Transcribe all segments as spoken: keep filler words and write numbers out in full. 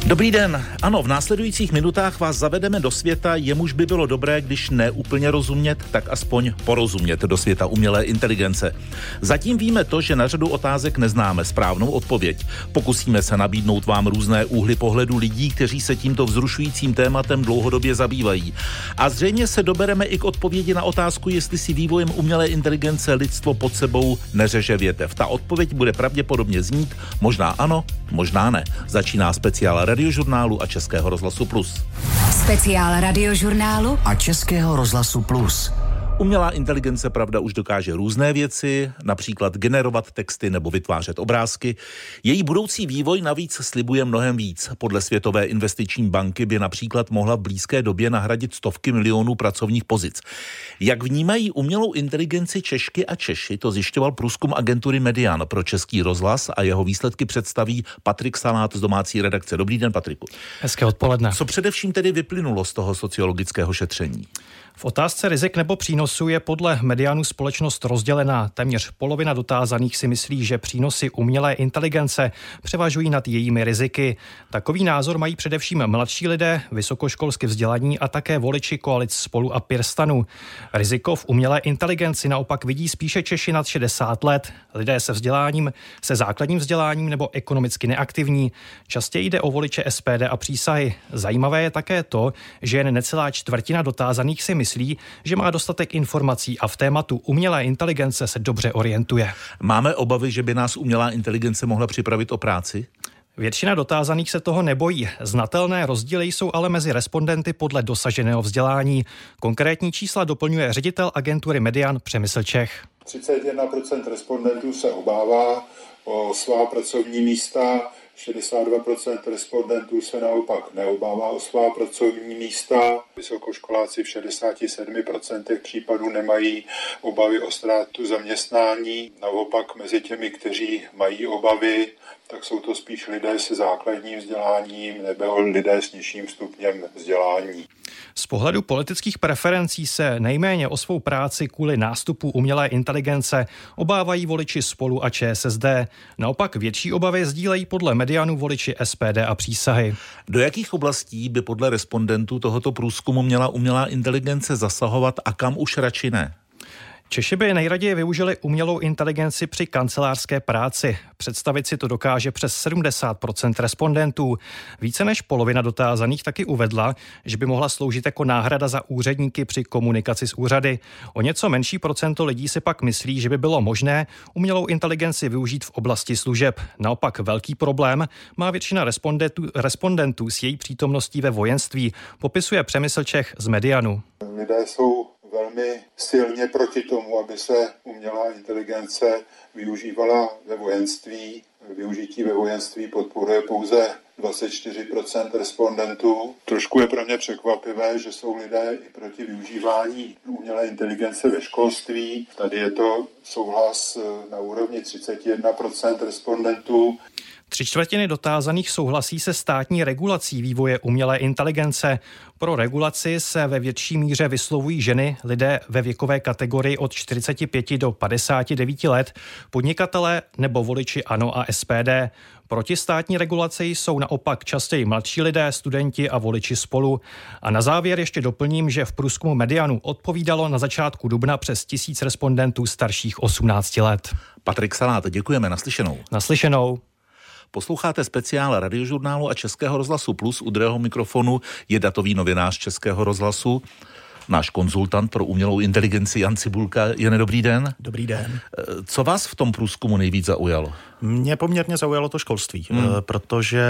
Dobrý den. Ano, v následujících minutách vás zavedeme do světa, jemuž by bylo dobré, když ne úplně rozumět, tak aspoň porozumět do světa umělé inteligence. Zatím víme to, že na řadu otázek neznáme správnou odpověď. Pokusíme se nabídnout vám různé úhly pohledu lidí, kteří se tímto vzrušujícím tématem dlouhodobě zabývají. A zřejmě se dobereme i k odpovědi na otázku, jestli si vývojem umělé inteligence lidstvo pod sebou neřeže větev. Ta odpověď bude pravděpodobně znít, možná ano, možná ne. Začíná speciál Radiožurnálu a Českého rozhlasu Plus. Speciál Radiožurnálu a Českého rozhlasu Plus. Umělá inteligence, pravda, už dokáže různé věci, například generovat texty nebo vytvářet obrázky. Její budoucí vývoj navíc slibuje mnohem víc. Podle Světové investiční banky by například mohla v blízké době nahradit stovky milionů pracovních pozic. Jak vnímají umělou inteligenci Češky a Češi, to zjišťoval průzkum agentury Median pro Český rozhlas a jeho výsledky představí Patrik Salát z domácí redakce. Dobrý den, Patriku. Hezké odpoledne. Co především tedy vyplynulo z toho sociologického šetření? V otázce rizik nebo přínosů je podle Medianu společnost rozdělená. Téměř polovina dotázaných si myslí, že přínosy umělé inteligence převažují nad jejími riziky. Takový názor mají především mladší lidé, vysokoškolsky vzdělaní a také voliči koalic Spolu a PirSTANu. Riziko v umělé inteligenci naopak vidí spíše Češi nad šedesát let, lidé se vzděláním, se základním vzděláním nebo ekonomicky neaktivní. Častěji jde o voliče S P D a Přísahy. Zajímavé je také to, že jen necelá čtvrtina dotázaných si myslí, že má dostatek informací a v tématu umělé inteligence se dobře orientuje. Máme obavy, že by nás umělá inteligence mohla připravit o práci? Většina dotázaných se toho nebojí. Znatelné rozdíly jsou ale mezi respondenty podle dosaženého vzdělání. Konkrétní čísla doplňuje ředitel agentury Median Přemysl Čech. třicet jedna procent respondentů se obává o svá pracovní místa, šedesát dva procent respondentů se naopak neobává o svá pracovní místa. Vysokoškoláci v šedesáti sedmi procentech případů nemají obavy o ztrátu zaměstnání. Naopak mezi těmi, kteří mají obavy, tak jsou to spíš lidé se základním vzděláním nebo lidé s nižším stupněm vzdělání. Z pohledu politických preferencí se nejméně o svou práci kvůli nástupu umělé inteligence obávají voliči Spolu a Č S S D. Naopak větší obavy sdílejí podle Medianu voliči S P D a Přísahy. Do jakých oblastí by podle respondentů tohoto průzkumu měla umělá inteligence zasahovat a kam už radši ne? Češi by nejraději využili umělou inteligenci při kancelářské práci. Představit si to dokáže přes sedmdesát procent respondentů. Více než polovina dotázaných taky uvedla, že by mohla sloužit jako náhrada za úředníky při komunikaci s úřady. O něco menší procento lidí si pak myslí, že by bylo možné umělou inteligenci využít v oblasti služeb. Naopak velký problém má většina respondentů, respondentů s její přítomností ve vojenství, popisuje Přemysl Čech z Medianu. Lidé jsou velmi silně proti tomu, aby se umělá inteligence využívala ve vojenství. Využití ve vojenství podporuje pouze dvacet čtyři procent respondentů. Trošku je pro mě překvapivé, že jsou lidé i proti využívání umělé inteligence ve školství. Tady je to souhlas na úrovni třicet jedna procent respondentů. Tři čtvrtiny dotázaných souhlasí se státní regulací vývoje umělé inteligence. Pro regulaci se ve větší míře vyslovují ženy, lidé ve věkové kategorii od čtyřicet pět do padesát devět let, podnikatelé nebo voliči ANO a S P D. Proti státní regulaci jsou naopak častěji mladší lidé, studenti a voliči Spolu. A na závěr ještě doplním, že v průzkumu Medianu odpovídalo na začátku dubna přes tisíc respondentů starších osmnácti let. Patrik Salát, děkujeme, naslyšenou. Naslyšenou. Posloucháte speciál Radiožurnálu a Českého rozhlasu Plus. U druhého mikrofonu je datový novinář Českého rozhlasu, náš konzultant pro umělou inteligenci Jan Cibulka. Jane, dobrý den. Dobrý den. Co vás v tom průzkumu nejvíc zaujalo? Mě poměrně zaujalo to školství, hmm. protože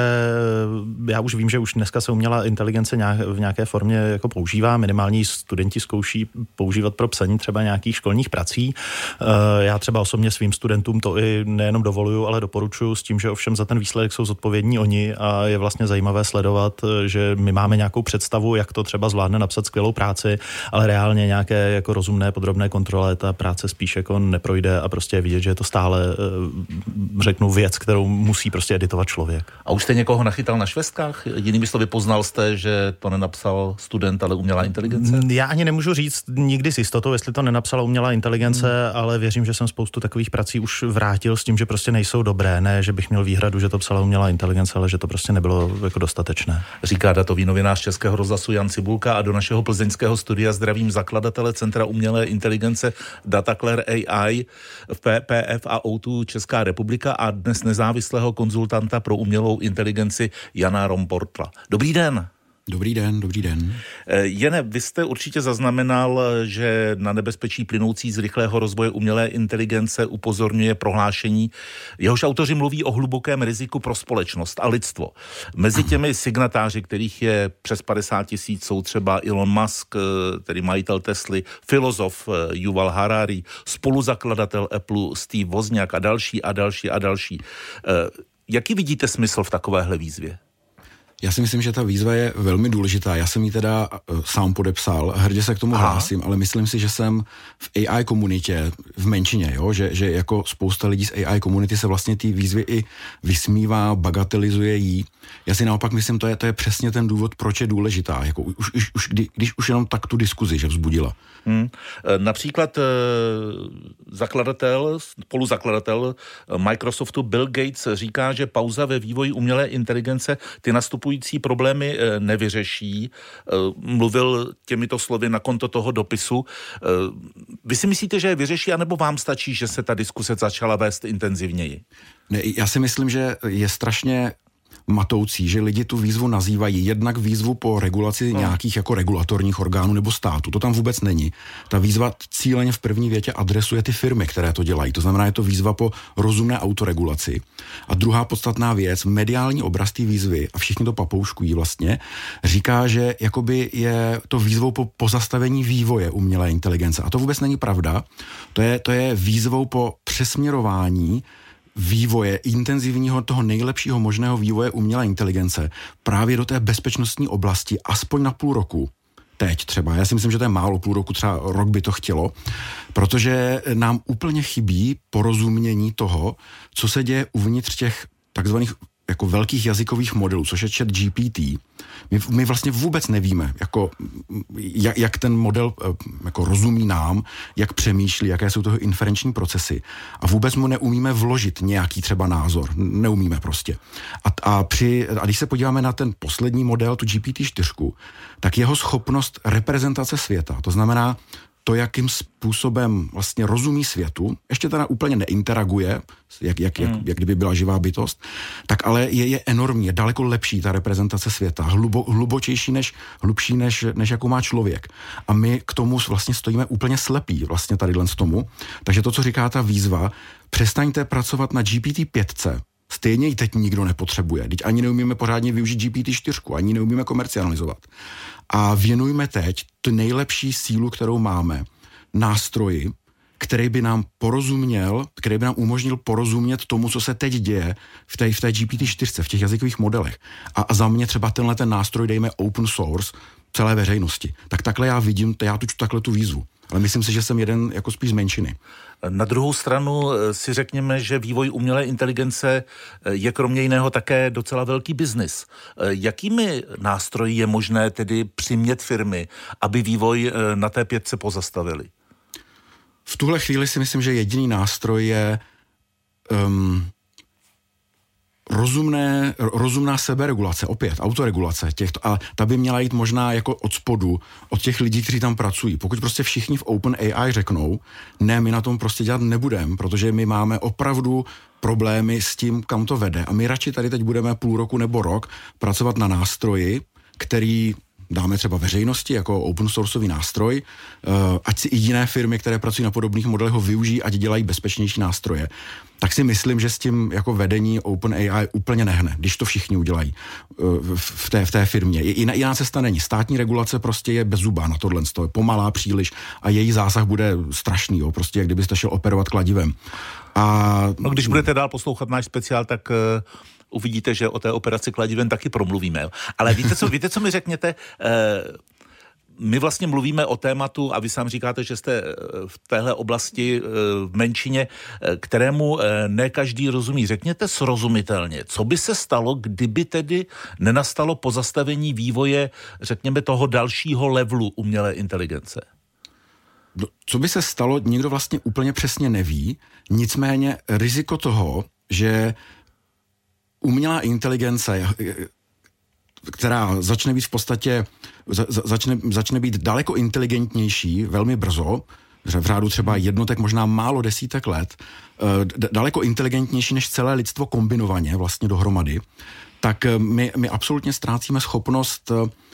já už vím, že už dneska se umělá inteligence nějak, v nějaké formě jako používá. Minimální studenti zkouší používat pro psaní třeba nějakých školních prací. Já třeba osobně svým studentům to i nejenom dovoluju, ale doporučuju s tím, že ovšem za ten výsledek jsou zodpovědní oni a je vlastně zajímavé sledovat, že my máme nějakou představu, jak to třeba zvládne napsat skvělou práci, ale reálně nějaké jako rozumné podrobné kontrole ta práce spíš jako neprojde a prostě je vidět, že je to stále, řeknu, věc, kterou musí prostě editovat člověk. A už jste někoho nachytal na švestkách? Jinými slovy, poznal jste, že to nenapsal student, ale umělá inteligence? Já ani nemůžu říct nikdy s jistotou, jestli to nenapsala umělá inteligence, hmm. ale věřím, že jsem spoustu takových prací už vrátil s tím, že prostě nejsou dobré, ne, že bych měl výhradu, že to psala umělá inteligence, ale že to prostě nebylo jako dostatečné. Říká datový novinář Českého rozhlasu Jan Cibulka a do našeho plzeňského studia zdravím zakladatele Centra umělé inteligence Dataclair A I v P P F a O dva Česká republika a dnes nezávislého konzultanta pro umělou inteligenci Jana Romportla. Dobrý den. Dobrý den, dobrý den. Jene, vy jste určitě zaznamenal, že na nebezpečí plynoucí z rychlého rozvoje umělé inteligence upozorňuje prohlášení. Jehož autoři mluví o hlubokém riziku pro společnost a lidstvo. Mezi těmi signatáři, kterých je přes padesát tisíc, jsou třeba Elon Musk, tedy majitel Tesly, filozof Yuval Harari, spoluzakladatel Apple Steve Wozniak a další a další a další. Jaký vidíte smysl v takovéhle výzvě? Já si myslím, že ta výzva je velmi důležitá. Já jsem ji teda uh, sám podepsal, hrdě se k tomu Aha. hlásím, ale myslím si, že jsem v A I komunitě v menšině, jo? Že, že jako spousta lidí z A I komunity se vlastně ty výzvy i vysmívá, bagatelizuje jí. Já si naopak myslím, to je, to je přesně ten důvod, proč je důležitá. Jako už, už, už, kdy, když už jenom tak tu diskuzi, že vzbudila. Hmm. Například eh, zakladatel, spoluzakladatel Microsoftu Bill Gates říká, že pauza ve vývoji umělé inteligence ty nastupující problémy eh, nevyřeší. Eh, mluvil těmito slovy na konto toho dopisu. Eh, vy si myslíte, že je vyřeší, anebo vám stačí, že se ta diskuse začala vést intenzivněji? Ne, já si myslím, že je strašně matoucí, že lidi tu výzvu nazývají jednak výzvu po regulaci no. nějakých jako regulatorních orgánů nebo státu. To tam vůbec není. Ta výzva cíleně v první větě adresuje ty firmy, které to dělají. To znamená, je to výzva po rozumné autoregulaci. A druhá podstatná věc, mediální obraz té výzvy, a všichni to papouškují vlastně, říká, že jakoby je to výzvou po pozastavení vývoje umělé inteligence. A to vůbec není pravda. To je, to je výzvou po přesměrování vývoje, intenzivního toho nejlepšího možného vývoje umělé inteligence právě do té bezpečnostní oblasti aspoň na půl roku. Teď třeba. Já si myslím, že to je málo, půl roku, třeba rok by to chtělo, protože nám úplně chybí porozumění toho, co se děje uvnitř těch takzvaných jako velkých jazykových modelů, což je chat G P T. My, my vlastně vůbec nevíme, jako, jak, jak ten model jako rozumí nám, jak přemýšlí, jaké jsou toho inferenční procesy. A vůbec mu neumíme vložit nějaký třeba názor. Neumíme prostě. A, a, při, a když se podíváme na ten poslední model, tu G P T čtyři, tak jeho schopnost reprezentace světa, to znamená to, jakým způsobem vlastně rozumí světu, ještě teda úplně neinteraguje, jak, jak, hmm. jak, jak kdyby byla živá bytost, tak ale je, je enormní, je daleko lepší ta reprezentace světa, hlubo, hlubočejší než, hlubší než, než jakou má člověk. A my k tomu vlastně stojíme úplně slepí, vlastně tadyhle z tomu. Takže to, co říká ta výzva, přestaňte pracovat na G P T pět, stejně ji teď nikdo nepotřebuje. Teď ani neumíme pořádně využít G P T čtyři, ani neumíme komercializovat. A věnujme teď tu nejlepší sílu, kterou máme, nástroji, který by nám porozuměl, který by nám umožnil porozumět tomu, co se teď děje v té, v té G P T čtyři, v těch jazykových modelech. A, a za mě třeba tenhle ten nástroj dejme open source celé veřejnosti. Tak takhle já vidím, já tu takhle tu výzvu. Ale myslím si, že jsem jeden jako spíš z menšiny. Na druhou stranu si řekněme, že vývoj umělé inteligence je kromě jiného také docela velký biznis. Jakými nástroji je možné tedy přimět firmy, aby vývoj na té pětce pozastavili? V tuhle chvíli si myslím, že jediný nástroj je um, rozumné, rozumná seberegulace, opět, autoregulace těchto, a ta by měla jít možná jako od spodu, od těch lidí, kteří tam pracují. Pokud prostě všichni v OpenAI řeknou, ne, my na tom prostě dělat nebudeme, protože my máme opravdu problémy s tím, kam to vede, a my radši tady teď budeme půl roku nebo rok pracovat na nástroji, který dáme třeba veřejnosti jako open sourceový nástroj, ať si i jiné firmy, které pracují na podobných modelech, ho využijí, ať dělají bezpečnější nástroje. Tak si myslím, že s tím jako vedení OpenAI úplně nehne, když to všichni udělají v té, v té firmě. Jiná, jiná cesta není. Státní regulace prostě je bezzubá na tohle, to je pomalá příliš a její zásah bude strašný, jo, prostě jak kdybyste šel operovat kladivem. A no, když budete dál poslouchat náš speciál, tak uh, uvidíte, že o té operaci kladivem taky promluvíme. Ale víte, co, víte, co mi řekněte? Uh, my vlastně mluvíme o tématu, a vy sám říkáte, že jste v téhle oblasti v menšině, kterému ne každý rozumí. Řekněte srozumitelně, co by se stalo, kdyby tedy nenastalo pozastavení vývoje, řekněme, toho dalšího levelu umělé inteligence? Co by se stalo, nikdo vlastně úplně přesně neví, nicméně riziko toho, že umělá inteligence, která začne být v podstatě, za, začne, začne být daleko inteligentnější velmi brzo, v řádu třeba jednotek, možná málo desítek let, d- daleko inteligentnější než celé lidstvo kombinovaně vlastně dohromady, tak my, my absolutně ztrácíme schopnost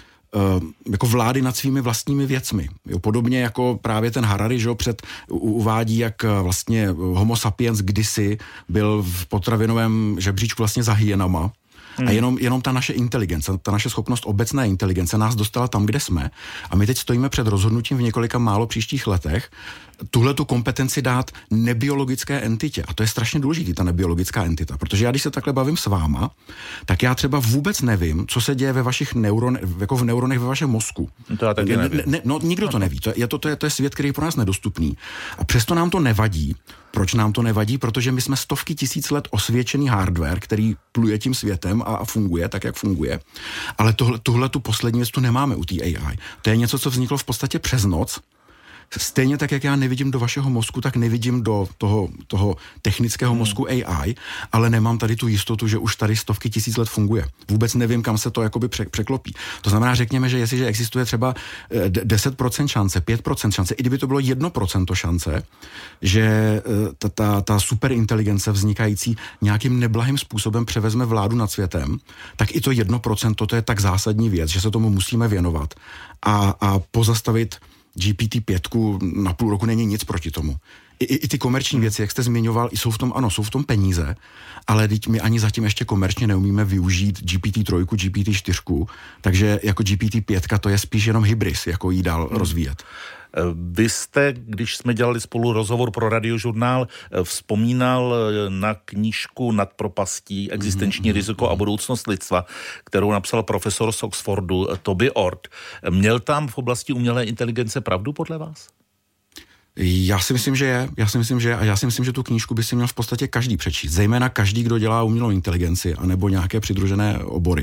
jako vlády nad svými vlastními věcmi. Jo, podobně jako právě ten Harari, že před uvádí, jak vlastně homo sapiens kdysi byl v potravinovém žebříčku vlastně za hyenama. Hmm. A jenom, jenom ta naše inteligence, ta naše schopnost obecné inteligence nás dostala tam, kde jsme. A my teď stojíme před rozhodnutím v několika málo příštích letech tuhle tu kompetenci dát nebiologické entitě. A to je strašně důležitý, ta nebiologická entita. Protože já, když se takhle bavím s váma, tak já třeba vůbec nevím, co se děje ve vašich neuronech, jako v neuronech ve vašem mozku. To já taky nevím. Ne, ne, no, nikdo to neví. To je, to, to, je, to je svět, který je pro nás nedostupný. A přesto nám to nevadí. Proč nám to nevadí? Protože my jsme stovky tisíc let osvědčený hardware, který pluje tím světem a, a funguje tak, jak funguje. Ale tohle, tuhle tu poslední věc tu nemáme u té A I. To je něco, co vzniklo v podstatě přes noc. Stejně tak, jak já nevidím do vašeho mozku, tak nevidím do toho, toho technického mozku A I, ale nemám tady tu jistotu, že už tady stovky tisíc let funguje. Vůbec nevím, kam se to jakoby překlopí. To znamená, řekněme, že jestliže existuje třeba deset procent šance, pět procent šance, i kdyby to bylo jedno procento šance, že ta, ta, ta superinteligence vznikající nějakým neblahým způsobem převezme vládu nad světem, tak i to jedno procento, to je tak zásadní věc, že se tomu musíme věnovat a, a pozastavit G P T pět na půl roku není nic proti tomu. I, i, i ty komerční věci, jak jste zmiňoval, jsou v tom, ano, jsou v tom peníze, ale teď my ani zatím ještě komerčně neumíme využít G P T tři, G P T čtyři, takže jako G P T pět to je spíš jenom hybris, jako jí dál hmm. rozvíjet. Vy jste, když jsme dělali spolu rozhovor pro Radiožurnál, vzpomínal na knížku Nad propastí, existenční mm-hmm. riziko a budoucnost lidstva, kterou napsal profesor z Oxfordu Toby Ord. Měl tam v oblasti umělé inteligence pravdu podle vás? Já si myslím, že je. Já si myslím, že je. A já si myslím, že tu knížku by si měl v podstatě každý přečíst. Zejména každý, kdo dělá umělou inteligenci anebo nějaké přidružené obory.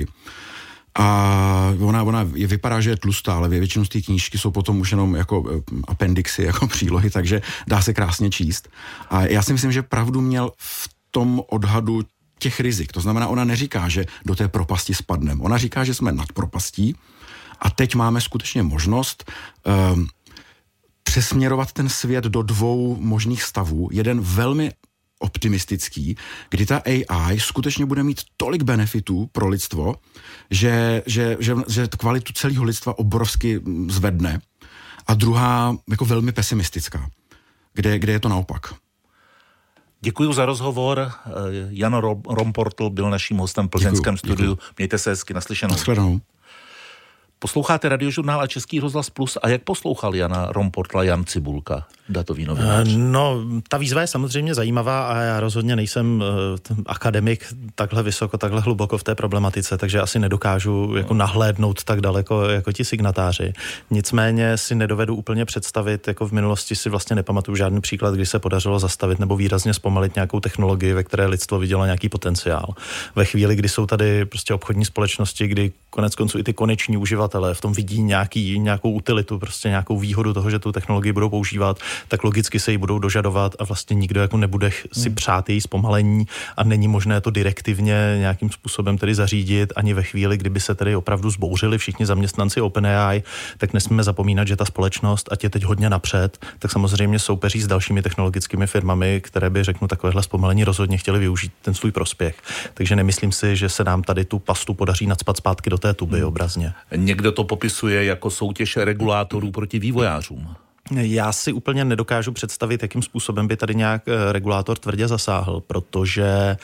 A ona, ona je, vypadá, že je tlustá, ale většinou z té knížky jsou potom už jenom jako appendixy, jako přílohy, takže dá se krásně číst. A já si myslím, že pravdu měl v tom odhadu těch rizik. To znamená, ona neříká, že do té propasti spadneme. Ona říká, že jsme nad propastí a teď máme skutečně možnost um, přesměrovat ten svět do dvou možných stavů. Jeden velmi optimistický, kdy ta A I skutečně bude mít tolik benefitů pro lidstvo, že, že, že, že kvalitu celého lidstva obrovsky zvedne. A druhá jako velmi pesimistická, kde, kde je to naopak. Děkuji za rozhovor. Jan Romportl byl naším hostem v plzeňském děkuju, studiu. Děkuju. Mějte se hezky, naslyšenou. Naschledanou. Posloucháte Radiožurnál a Český rozhlas Plus a jak poslouchal Jana Romportla Jan Cibulka, datový novinář? No, ta výzva je samozřejmě zajímavá a já rozhodně nejsem uh, akademik takhle vysoko, takhle hluboko v té problematice, takže asi nedokážu jako nahlédnout tak daleko jako ti signatáři. Nicméně si nedovedu úplně představit, jako v minulosti si vlastně nepamatuju žádný příklad, kdy se podařilo zastavit nebo výrazně zpomalit nějakou technologii, ve které lidstvo vidělo nějaký potenciál. Ve chvíli, kdy jsou tady prostě obchodní společnosti, kdy konec konců i ty koneční uživatelé v tom vidí nějaký, nějakou utilitu, prostě nějakou výhodu toho, že tu technologii budou používat, tak logicky se jí budou dožadovat a vlastně nikdo jako nebude si přát její zpomalení a není možné to direktivně nějakým způsobem tedy zařídit ani ve chvíli, kdyby se tedy opravdu zbouřili všichni zaměstnanci OpenAI, tak nesmíme zapomínat, že ta společnost, ať je teď hodně napřed, tak samozřejmě soupeří s dalšími technologickými firmami, které by, řeknu, takovéhle zpomalení rozhodně chtěli využít ten svůj prospěch. Takže nemyslím si, že se nám tady tu pastu podaří nacpat zpátky do té tuby obrazně. Někdo to popisuje jako soutěž regulátorů proti vývojářům. Já si úplně nedokážu představit, jakým způsobem by tady nějak regulátor tvrdě zasáhl, protože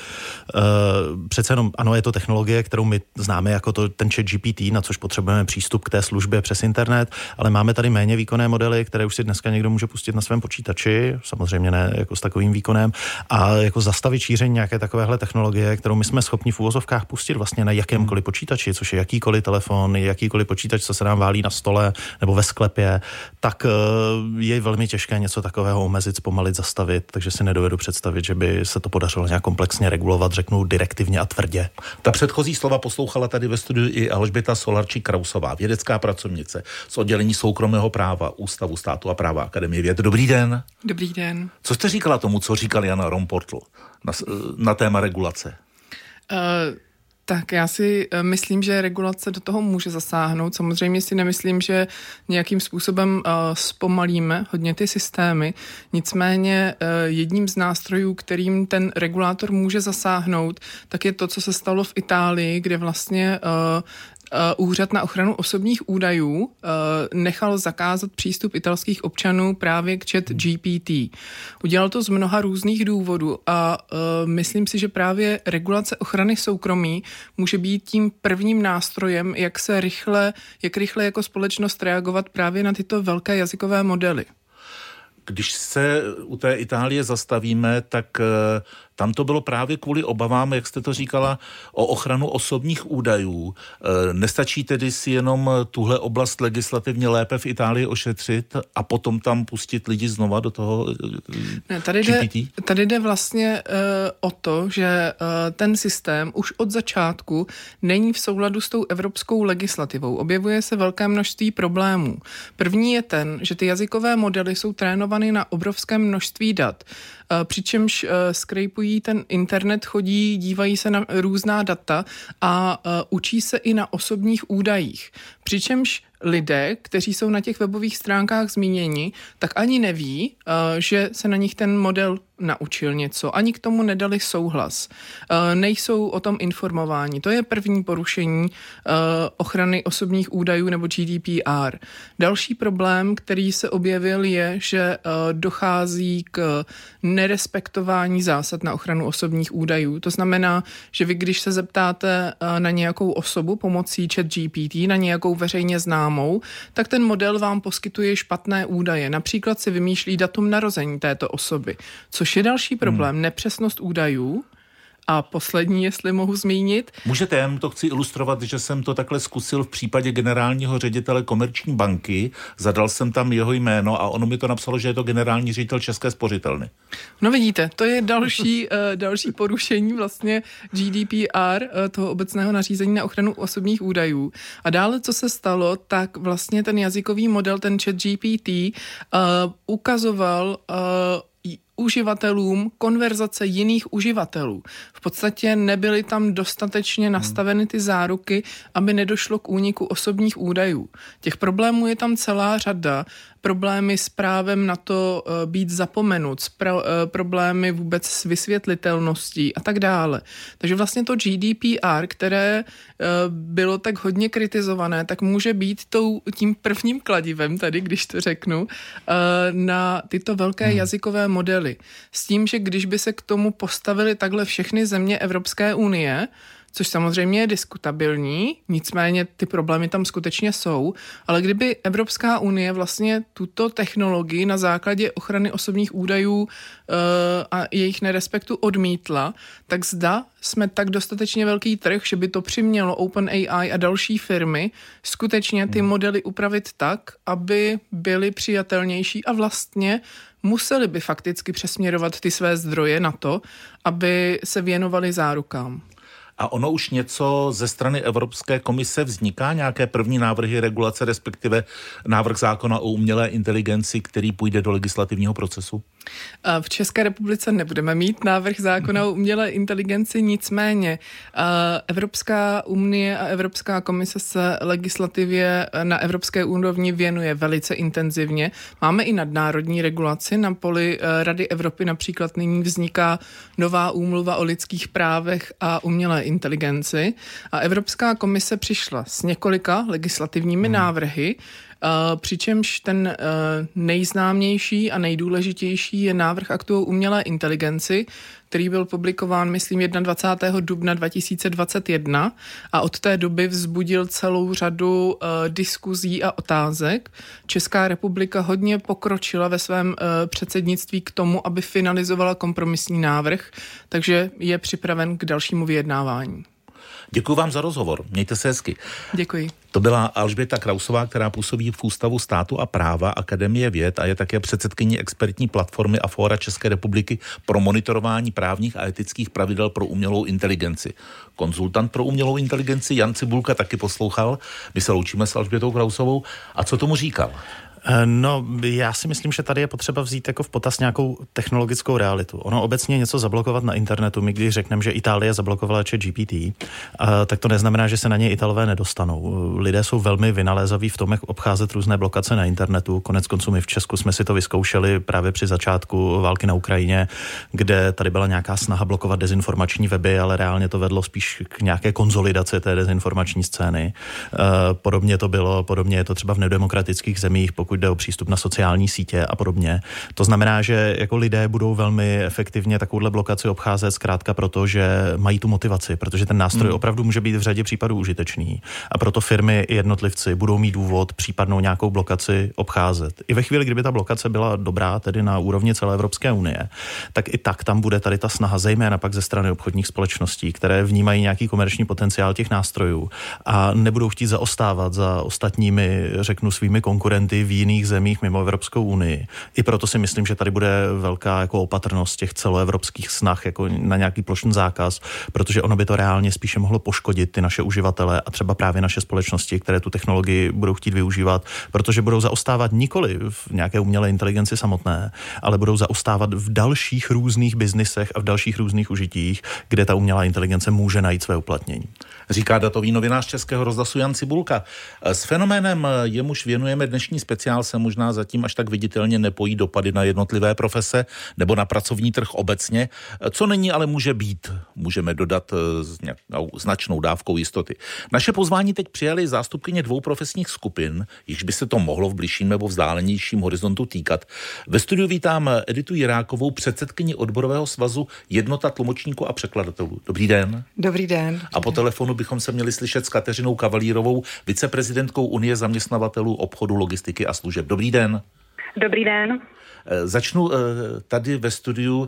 uh, přece jenom, ano, je to technologie, kterou my známe jako to, ten chat G P T, na což potřebujeme přístup k té službě přes internet, ale máme tady méně výkonné modely, které už si dneska někdo může pustit na svém počítači, samozřejmě ne jako s takovým výkonem, a jako zastavit šíření nějaké takovéhle technologie, kterou my jsme schopni v uvozovkách pustit vlastně na jakémkoliv počítači, což je jakýkoliv telefon, jakýkoliv počítač, co se nám válí na stole nebo ve sklepě, tak uh, je velmi těžké něco takového omezit, zpomalit, zastavit, takže si nedovedu představit, že by se to podařilo nějak komplexně regulovat, řeknu direktivně a tvrdě. Ta předchozí slova poslouchala tady ve studiu i Alžběta Solarčík-Krausová, vědecká pracovnice z oddělení soukromého práva Ústavu státu a práva Akademie věd. Dobrý den. Dobrý den. Co jste říkala tomu, co říkal Jan Romportl na, na téma regulace? Uh... Tak já si myslím, že regulace do toho může zasáhnout. Samozřejmě si nemyslím, že nějakým způsobem uh, zpomalíme hodně ty systémy. Nicméně uh, jedním z nástrojů, kterým ten regulátor může zasáhnout, tak je to, co se stalo v Itálii, kde vlastně uh, Úřad na ochranu osobních údajů nechal zakázat přístup italských občanů právě k chat G P T. Udělal to z mnoha různých důvodů a myslím si, že právě regulace ochrany soukromí může být tím prvním nástrojem, jak se rychle, jak rychle jako společnost reagovat právě na tyto velké jazykové modely. Když se u té Itálie zastavíme, tak tam to bylo právě kvůli obavám, jak jste to říkala, o ochranu osobních údajů. Nestačí tedy si jenom tuhle oblast legislativně lépe v Itálii ošetřit a potom tam pustit lidi znova do toho ne, tady G P T? Jde, tady jde vlastně uh, o to, že uh, ten systém už od začátku není v souladu s tou evropskou legislativou. Objevuje se velké množství problémů. První je ten, že ty jazykové modely jsou trénovány na obrovském množství dat, uh, přičemž uh, scrapují ten internet, chodí, dívají se na různá data a uh, učí se i na osobních údajích. Přičemž lidé, kteří jsou na těch webových stránkách zmíněni, tak ani neví, uh, že se na nich ten model naučil něco. Ani k tomu nedali souhlas. Uh, nejsou o tom informováni. To je první porušení uh, ochrany osobních údajů nebo G D P R. Další problém, který se objevil, je, že uh, dochází k nerespektování zásad na ochranu osobních údajů. To znamená, že vy, když se zeptáte uh, na nějakou osobu pomocí chat G P T, na nějakou veřejně známou, tak ten model vám poskytuje špatné údaje. Například si vymýšlí datum narození této osoby, což je další problém, hmm. nepřesnost údajů. A poslední, jestli mohu zmínit. Můžete, já to chci ilustrovat, že jsem to takhle zkusil v případě generálního ředitele Komerční banky, zadal jsem tam jeho jméno a ono mi to napsalo, že je to generální ředitel České spořitelny. No vidíte, to je další, uh, další porušení vlastně G D P R, uh, toho obecného nařízení na ochranu osobních údajů. A dále, co se stalo, tak vlastně ten jazykový model, ten chat G P T, uh, ukazoval uh, uživatelům konverzace jiných uživatelů. V podstatě nebyly tam dostatečně nastaveny ty záruky, aby nedošlo k úniku osobních údajů. Těch problémů je tam celá řada. Problémy s právem na to uh, být zapomenut, spra- uh, problémy vůbec s vysvětlitelností a tak dále. Takže vlastně to G D P R, které uh, bylo tak hodně kritizované, tak může být tou, tím prvním kladivem tady, když to řeknu, uh, na tyto velké hmm. jazykové modely. S tím, že když by se k tomu postavili takhle všechny země Evropské unie, což samozřejmě je diskutabilní, nicméně ty problémy tam skutečně jsou, ale kdyby Evropská unie vlastně tuto technologii na základě ochrany osobních údajů uh, a jejich nerespektu odmítla, tak zda jsme tak dostatečně velký trh, že by to přimělo OpenAI a další firmy skutečně ty modely upravit tak, aby byly přijatelnější a vlastně museli by fakticky přesměrovat ty své zdroje na to, aby se věnovali zárukám. A ono už něco ze strany Evropské komise vzniká? Nějaké první návrhy regulace, respektive návrh zákona o umělé inteligenci, který půjde do legislativního procesu? V České republice nebudeme mít návrh zákona o umělé inteligenci, nicméně Evropská unie a Evropská komise se legislativě na evropské úrovni věnuje velice intenzivně. Máme i nadnárodní regulaci. Na poli Rady Evropy například nyní vzniká nová úmluva o lidských právech a umělé inteligenci a Evropská komise přišla s několika legislativními hmm. návrhy, Přičemž ten nejznámější a nejdůležitější je návrh aktu o umělé inteligenci, který byl publikován, myslím, dvacátého prvního dubna dva tisíce dvacet jedna a od té doby vzbudil celou řadu uh, diskuzí a otázek. Česká republika hodně pokročila ve svém uh, předsednictví k tomu, aby finalizovala kompromisní návrh, takže je připraven k dalšímu vyjednávání. Děkuji vám za rozhovor. Mějte se hezky. Děkuji. To byla Alžběta Krausová, která působí v Ústavu státu a práva Akademie věd a je také předsedkyní expertní platformy a fóra České republiky pro monitorování právních a etických pravidel pro umělou inteligenci. Konzultant pro umělou inteligenci Jan Cibulka taky poslouchal. My se loučíme s Alžbětou Krausovou. A co tomu říkal? No, já si myslím, že tady je potřeba vzít jako v potaz nějakou technologickou realitu. Ono obecně něco zablokovat na internetu, my když řekneme, že Itálie zablokovala ChatGPT, tak to neznamená, že se na něj Italové nedostanou. Lidé jsou velmi vynalézaví v tom, jak obcházet různé blokace na internetu. Konec konců my v Česku jsme si to vyzkoušeli právě při začátku války na Ukrajině, kde tady byla nějaká snaha blokovat dezinformační weby, ale reálně to vedlo spíš k nějaké konzolidaci té dezinformační scény. Podobně to bylo, podobně je to třeba v nedemokratických zemích, pokud jde o přístup na sociální sítě a podobně. To znamená, že jako lidé budou velmi efektivně takovouhle blokaci obcházet zkrátka proto, že mají tu motivaci, protože ten nástroj hmm. opravdu může být v řadě případů užitečný. A proto firmy i jednotlivci budou mít důvod případnou nějakou blokaci obcházet. I ve chvíli, kdyby ta blokace byla dobrá, tedy na úrovni celé Evropské unie, tak i tak tam bude tady ta snaha, zejména pak ze strany obchodních společností, které vnímají nějaký komerční potenciál těch nástrojů a nebudou chtít zaostávat za ostatními, řeknu, svými konkurenty v jiných zemích mimo Evropskou unii. I proto si myslím, že tady bude velká jako opatrnost těch celoevropských snah jako na nějaký plošný zákaz, protože ono by to reálně spíše mohlo poškodit ty naše uživatele a třeba právě naše společnosti, které tu technologii budou chtít využívat, protože budou zaostávat nikoli v nějaké umělé inteligenci samotné, ale budou zaostávat v dalších různých biznisech a v dalších různých užitích, kde ta umělá inteligence může najít své uplatnění. Říká datový novinář Českého rozhlasu Jan Cibulka. S fenoménem, jemuž věnujeme dnešní speciál, se možná zatím až tak viditelně nepojí dopady na jednotlivé profese nebo na pracovní trh obecně, co není, ale může být. Můžeme dodat s nějakou značnou dávkou jistoty. Naše pozvání teď přijali zástupkyně dvou profesních skupin, jichž by se to mohlo v bližším nebo vzdálenějším horizontu týkat. Ve studiu vítám Editu Jirákovou, předsedkyni odborového svazu Jednota tlumočníků a překladatelů. Dobrý den. Dobrý den. A po telefonu bychom se měli slyšet s Kateřinou Kavalírovou, viceprezidentkou Unie zaměstnavatelů obchodu, logistiky a služeb. Dobrý den. Dobrý den. Začnu tady ve studiu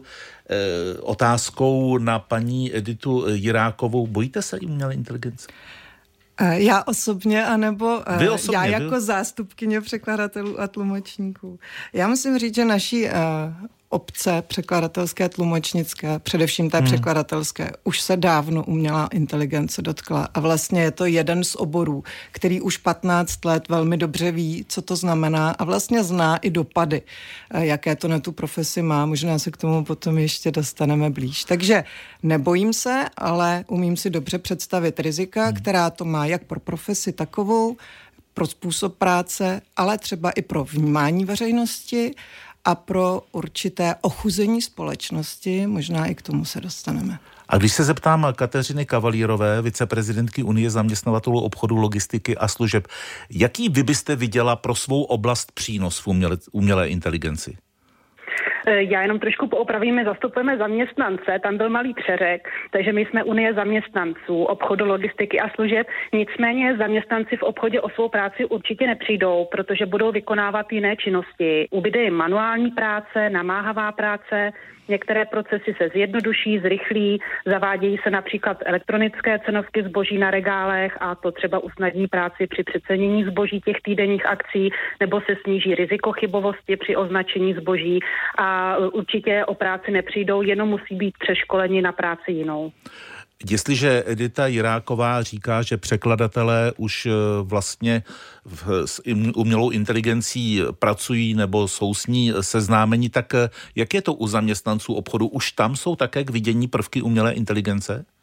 otázkou na paní Editu Jirákovou. Bojíte se umělé inteligence? Já osobně, anebo vy osobně, já jako vy... zástupkyně překladatelů a tlumočníků. Já musím říct, že naší obce překladatelské, tlumočnické, především té hmm. překladatelské, už se dávno umělá inteligence dotkla a vlastně je to jeden z oborů, který už patnáct let velmi dobře ví, co to znamená a vlastně zná i dopady, jaké to na tu profesi má. Možná se k tomu potom ještě dostaneme blíž. Takže nebojím se, ale umím si dobře představit rizika, hmm. která to má jak pro profesi takovou, pro způsob práce, ale třeba i pro vnímání veřejnosti a pro určité ochuzení společnosti, možná i k tomu se dostaneme. A když se zeptám Kateřiny Kavalírové, viceprezidentky Unie zaměstnavatelů obchodu, logistiky a služeb, jaký vy byste viděla pro svou oblast přínos v uměle, umělé inteligenci? Já jenom trošku poopravím, my zastupujeme zaměstnance, tam byl malý přeřek, takže my jsme Unie zaměstnanců, obchodu, logistiky a služeb, nicméně zaměstnanci v obchodě o svou práci určitě nepřijdou, protože budou vykonávat jiné činnosti. Ubyde jim manuální práce, namáhavá práce, některé procesy se zjednoduší, zrychlí, zavádějí se například elektronické cenovky zboží na regálech a to třeba usnadní práci při přecenění zboží těch týdenních akcí, nebo se sníží riziko chybovosti při označení zboží a určitě o práci nepřijdou, jenom musí být přeškoleni na práci jinou. Jestliže Edita Jiráková říká, že překladatelé už vlastně s umělou inteligencí pracují nebo jsou s ní seznámeni, tak jak je to u zaměstnanců obchodu? Už tam jsou také k vidění prvky umělé inteligence?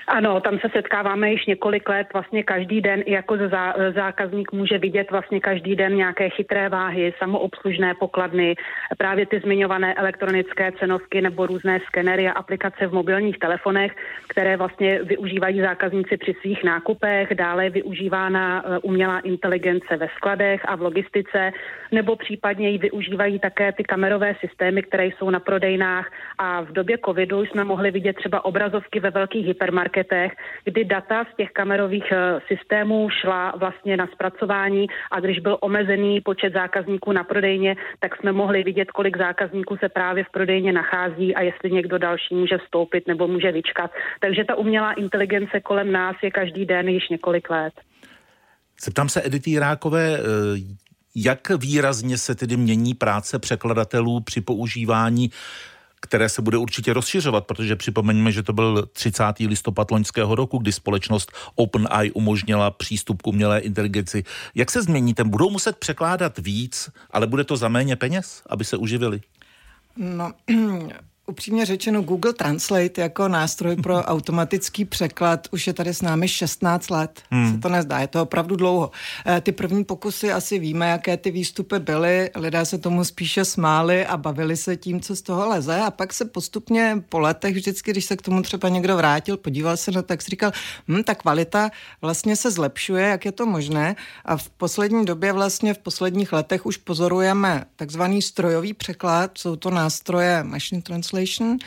Ano, tam se setkáváme již několik let, vlastně každý den i jako zá, zákazník může vidět vlastně každý den nějaké chytré váhy, samoobslužné pokladny, právě ty zmiňované elektronické cenovky nebo různé skenery a aplikace v mobilních telefonech, které vlastně využívají zákazníci při svých nákupech, dále je využívána umělá inteligence ve skladech a v logistice, nebo případně ji využívají také ty kamerové systémy, které jsou na prodejnách, a v době covidu jsme mohli vidět třeba obrazovky ve velkých hypermarketech, kdy data z těch kamerových systémů šla vlastně na zpracování, a když byl omezený počet zákazníků na prodejně, tak jsme mohli vidět, kolik zákazníků se právě v prodejně nachází a jestli někdo další může vstoupit nebo může vyčkat. Takže ta umělá inteligence kolem nás je každý den již několik let. Zeptám se Edity Jirákové, jak výrazně se tedy mění práce překladatelů při používání, které se bude určitě rozšiřovat, protože připomeňme, že to byl třicátého listopad loňského roku, kdy společnost OpenAI umožnila přístup k umělé inteligenci. Jak se změní? Ten budou muset překládat víc, ale bude to za méně peněz, aby se uživili? No, upřímně řečeno, Google Translate jako nástroj pro automatický překlad už je tady s námi šestnáct let. Hmm. Se to nezdá, je to opravdu dlouho. Ty první pokusy asi víme, jaké ty výstupy byly. Lidé se tomu spíše smáli a bavili se tím, co z toho leze. A pak se postupně po letech vždycky, když se k tomu třeba někdo vrátil, podíval se na to, tak si říkal, hm, ta kvalita vlastně se zlepšuje, jak je to možné. A v poslední době vlastně v posledních letech už pozorujeme takzvaný strojový překlad. Jsou to nástroje machine translation,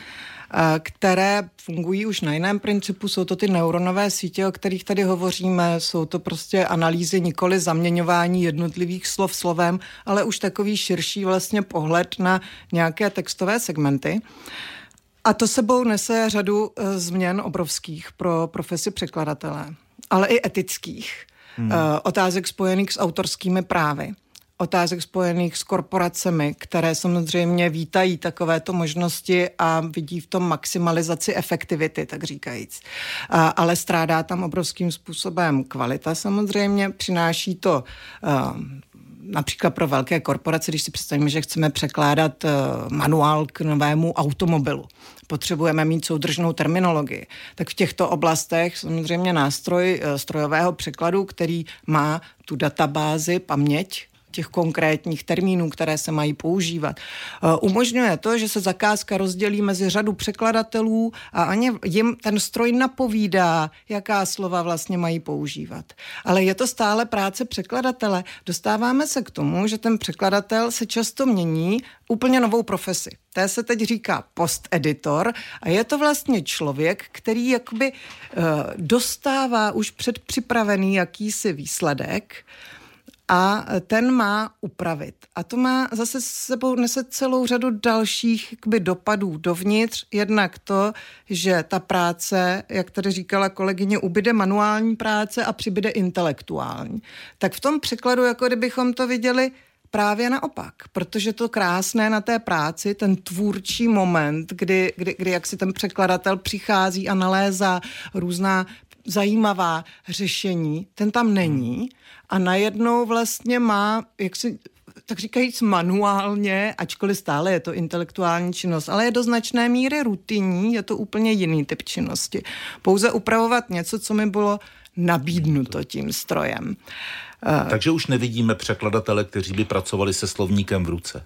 které fungují už na jiném principu. Jsou to ty neuronové sítě, o kterých tady hovoříme. Jsou to prostě analýzy, nikoli zaměňování jednotlivých slov slovem, ale už takový širší vlastně pohled na nějaké textové segmenty. A to sebou nese řadu změn obrovských pro profesi překladatele, ale i etických. Hmm. Otázek spojených s autorskými právy. Otázek spojených s korporacemi, které samozřejmě vítají takovéto možnosti a vidí v tom maximalizaci efektivity, tak říkajíc. A, ale strádá tam obrovským způsobem kvalita samozřejmě, přináší to uh, například pro velké korporace, když si představíme, že chceme překládat uh, manuál k novému automobilu. Potřebujeme mít soudržnou terminologii. Tak v těchto oblastech samozřejmě nástroj uh, strojového překladu, který má tu databázi, paměť těch konkrétních termínů, které se mají používat. Umožňuje to, že se zakázka rozdělí mezi řadu překladatelů a ani jim ten stroj napovídá, jaká slova vlastně mají používat. Ale je to stále práce překladatele. Dostáváme se k tomu, že ten překladatel se často mění úplně novou profesi. Té se teď říká posteditor a je to vlastně člověk, který jakoby uh, dostává už předpřipravený jakýsi výsledek, a ten má upravit. A to má zase s sebou nese celou řadu dalších jakoby, dopadů dovnitř. Jednak to, že ta práce, jak tady říkala kolegyně, ubyde manuální práce a přibyde intelektuální. Tak v tom překladu, jako kdybychom to viděli právě naopak, protože to krásné na té práci, ten tvůrčí moment, kdy, kdy, kdy jak si ten překladatel přichází a nalézá různá zajímavá řešení, ten tam není a najednou vlastně má, jak si tak říkajíc manuálně, ačkoliv stále je to intelektuální činnost, ale je do značné míry rutinní, je to úplně jiný typ činnosti. Pouze upravovat něco, co mi bylo nabídnuto tím strojem. Takže už nevidíme překladatele, kteří by pracovali se slovníkem v ruce.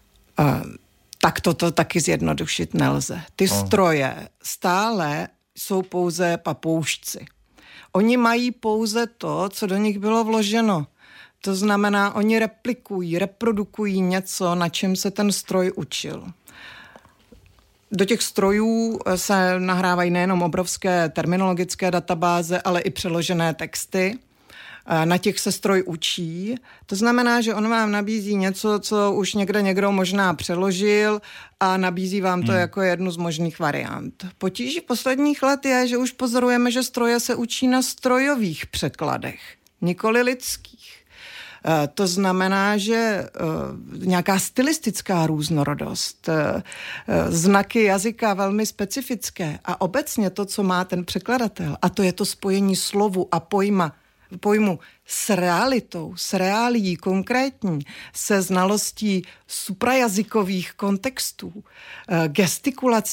Tak toto taky zjednodušit nelze. Ty oh. stroje stále jsou pouze papoušci. Oni mají pouze to, co do nich bylo vloženo. To znamená, oni replikují, reprodukují něco, na čem se ten stroj učil. Do těch strojů se nahrávají nejenom obrovské terminologické databáze, ale i přeložené texty. Na těch se stroj učí. To znamená, že on vám nabízí něco, co už někde někdo možná přeložil a nabízí vám to hmm. jako jednu z možných variant. Potíží posledních let je, že už pozorujeme, že stroje se učí na strojových překladech, nikoli lidských. To znamená, že nějaká stylistická různorodost, znaky jazyka velmi specifické a obecně to, co má ten překladatel, a to je to spojení slovu a pojma, pojmu s realitou, s reálií konkrétní, se znalostí suprajazykových kontextů, gestikulací,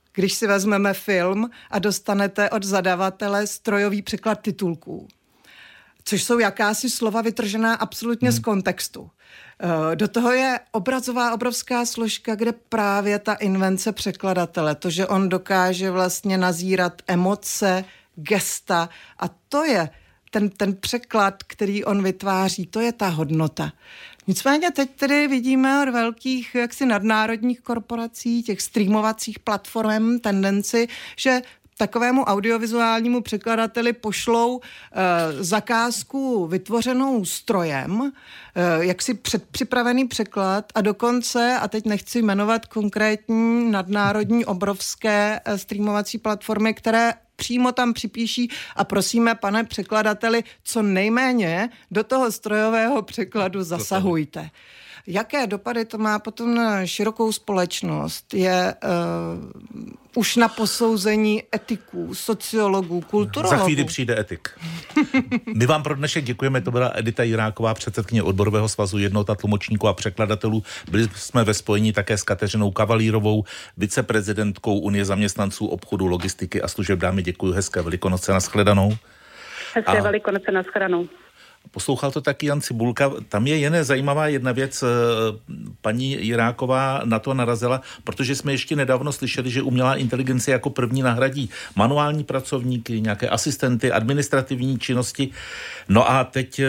když si vezmeme film a dostanete od zadavatele strojový překlad titulků, což jsou jakási slova vytržená absolutně hmm. z kontextu. Do toho je obrazová obrovská složka, kde právě ta invence překladatele, to, že on dokáže vlastně nazírat emoce, gesta a to je ten, ten překlad, který on vytváří, to je ta hodnota. Nicméně teď tedy vidíme od velkých jaksi nadnárodních korporací, těch streamovacích platform tendenci, že takovému audiovizuálnímu překladateli pošlou e, zakázku vytvořenou strojem, e, jaksi předpřipravený překlad a dokonce, a teď nechci jmenovat konkrétní nadnárodní obrovské e, streamovací platformy, které přímo tam připíší a prosíme, pane překladateli, co nejméně do toho strojového překladu zasahujte. Jaké dopady to má potom na širokou společnost, je uh, už na posouzení etiků, sociologů, kulturologů. Za chvíli přijde etik. My vám pro dnešek děkujeme, to byla Edita Jiráková, předsedkyně odborového svazu Jednota tlumočníků a překladatelů. Byli jsme ve spojení také s Kateřinou Kavalírovou, viceprezidentkou Unie zaměstnanců obchodu, logistiky a služeb. Dámy, děkuji, hezké Velikonoce, nashledanou. Hezké a... Velikonoce, nashledanou. Poslouchal to taky Jan Cibulka. Tam je jen zajímavá jedna věc. Paní Jiráková na to narazila, protože jsme ještě nedávno slyšeli, že umělá inteligence jako první nahradí manuální pracovníky, nějaké asistenty, administrativní činnosti. No a teď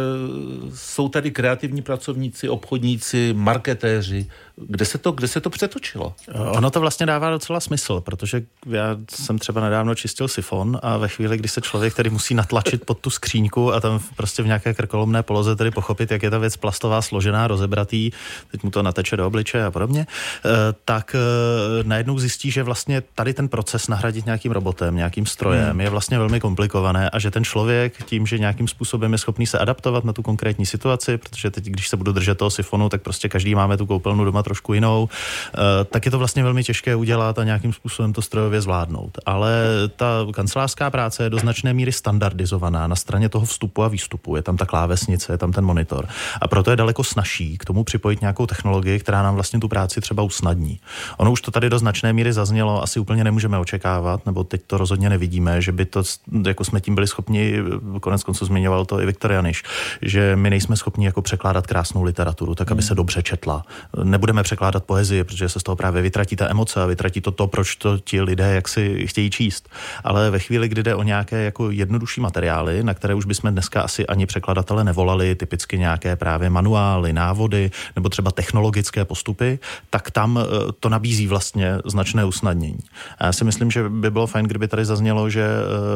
jsou tady kreativní pracovníci, obchodníci, marketéři. Kde se to, kde se to přetočilo? Ono to vlastně dává docela smysl, protože já jsem třeba nedávno čistil sifon a ve chvíli, kdy se člověk tedy musí natlačit pod tu skříňku a tam prostě v nějaké krkolomné poloze tedy pochopit, jak je ta věc plastová, složená, rozebratý, teď mu to nateče do obličeje a podobně, tak najednou zjistí, že vlastně tady ten proces nahradit nějakým robotem, nějakým strojem hmm. je vlastně velmi komplikované a že ten člověk tím, že nějakým způsobem je schopný se adaptovat na tu konkrétní situaci, protože teď, když se budu držet toho sifonu, tak prostě každý máme tu koupelnu doma trošku jinou, tak je to vlastně velmi těžké udělat a nějakým způsobem to strojově zvládnout. Ale ta kancelářská práce je do značné míry standardizovaná na straně toho vstupu a výstupu. Je tam ta klávesnice, je tam ten monitor. A proto je daleko snazší k tomu připojit nějakou technologii, která nám vlastně tu práci třeba usnadní. Ono už to tady do značné míry zaznělo, asi úplně nemůžeme očekávat, nebo teď to rozhodně nevidíme, že by to, jako jsme tím byli schopni, konec konců zmiňoval to i Viktor Janiš, že my nejsme schopni jako překládat krásnou literaturu, tak aby se dobře četla. Nebudeme překládat poezii, protože se z toho právě vytratí ta emoce a vytratí to to, proč to ti lidé jak si chtějí číst. Ale ve chvíli, kdy jde o nějaké jako jednodušší materiály, na které už bychom dneska asi ani překladatele nevolali, typicky nějaké právě manuály, návody nebo třeba technologické postupy, tak tam to nabízí vlastně značné usnadnění. A já si myslím, že by bylo fajn, kdyby tady zaznělo, že